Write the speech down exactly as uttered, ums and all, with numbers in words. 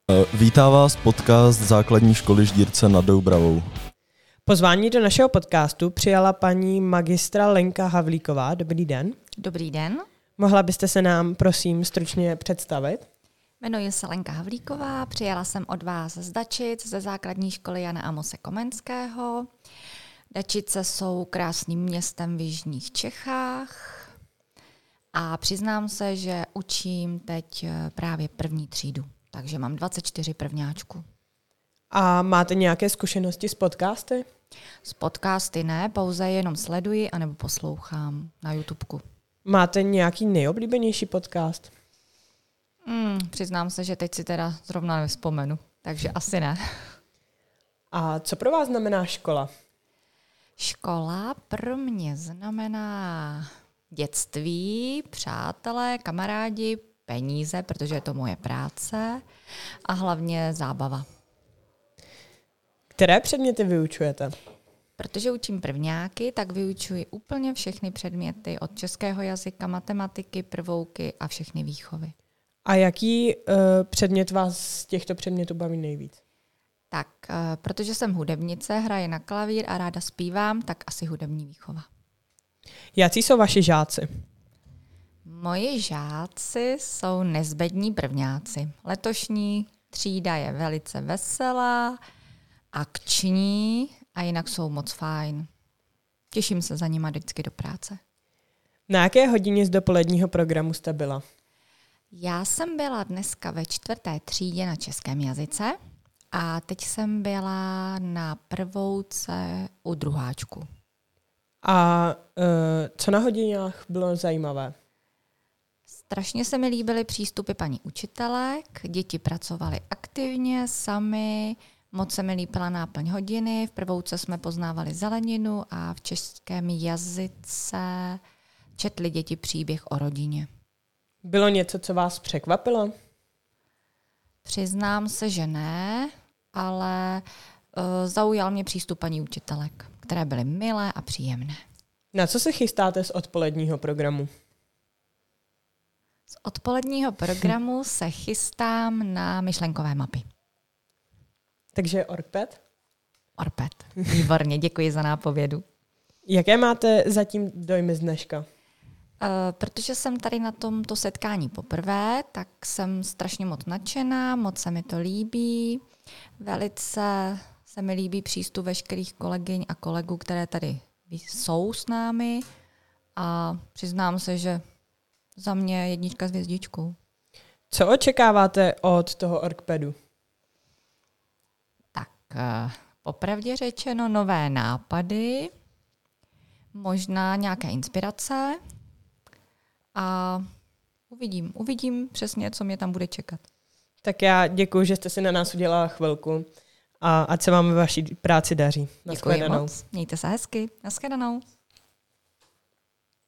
Vítá vás podcast Základní školy Ždírce nad Doubravou. Pozvání do našeho podcastu přijala paní magistra Lenka Havlíková. Dobrý den. Dobrý den. Mohla byste se nám, prosím, stručně představit? Jmenuji se Lenka Havlíková, přijela jsem od vás z Dačic, ze základní školy Jana Amose Komenského. Dačice jsou krásným městem v jižních Čechách a přiznám se, že učím teď právě první třídu, takže mám dvacet čtyři prvňáčků. A máte nějaké zkušenosti s podcasty? S podcasty ne, pouze jenom sleduji anebo poslouchám na YouTubeku. Máte nějaký nejoblíbenější podcast? Hmm, přiznám se, že teď si teda zrovna nevzpomenu, takže asi ne. A co pro vás znamená škola? Škola pro mě znamená dětství, přátelé, kamarádi, peníze, protože je to moje práce a hlavně zábava. Které předměty vyučujete? Protože učím prvňáky, tak vyučuji úplně všechny předměty od českého jazyka, matematiky, prvouky a všechny výchovy. A jaký uh, předmět vás z těchto předmětů baví nejvíc? Tak, uh, protože jsem hudebnice, hraji na klavír a ráda zpívám, tak asi hudební výchova. Jaký jsou vaši žáci? Moji žáci jsou nezbední prvňáci. Letošní třída je velice veselá, akční a jinak jsou moc fajn. Těším se za nima vždycky do práce. Na jaké hodině z dopoledního programu jste byla? Já jsem byla dneska ve čtvrté třídě na českém jazyce a teď jsem byla na prvouce u druháčku. A uh, co na hodinách bylo zajímavé? Strašně se mi líbily přístupy paní učitelek, děti pracovaly aktivně, sami, moc se mi líbila náplň hodiny, v prvouce jsme poznávali zeleninu a v českém jazyce četli děti příběh o rodině. Bylo něco, co vás překvapilo? Přiznám se, že ne, ale uh, zaujal mě přístup paní učitelek, které byly milé a příjemné. Na co se chystáte z odpoledního programu? Z odpoledního programu se chystám na myšlenkové mapy. Takže Orkped? Orped. Výborně, děkuji za nápovědu. Jaké máte zatím dojmy z dneška? Uh, protože jsem tady na tomto setkání poprvé, tak jsem strašně moc nadšená, moc se mi to líbí. Velice se mi líbí přístup veškerých kolegyň a kolegů, které tady jsou s námi a přiznám se, že za mě jednička s hvězdičkou. Co očekáváte od toho Orkpedu? Tak uh, popravdě řečeno nové nápady, možná nějaké inspirace a uvidím, uvidím přesně, co mě tam bude čekat. Tak já děkuji, že jste si na nás udělala chvilku a ať se vám ve vaší práci daří. Děkuji moc. Mějte se hezky. Naschledanou.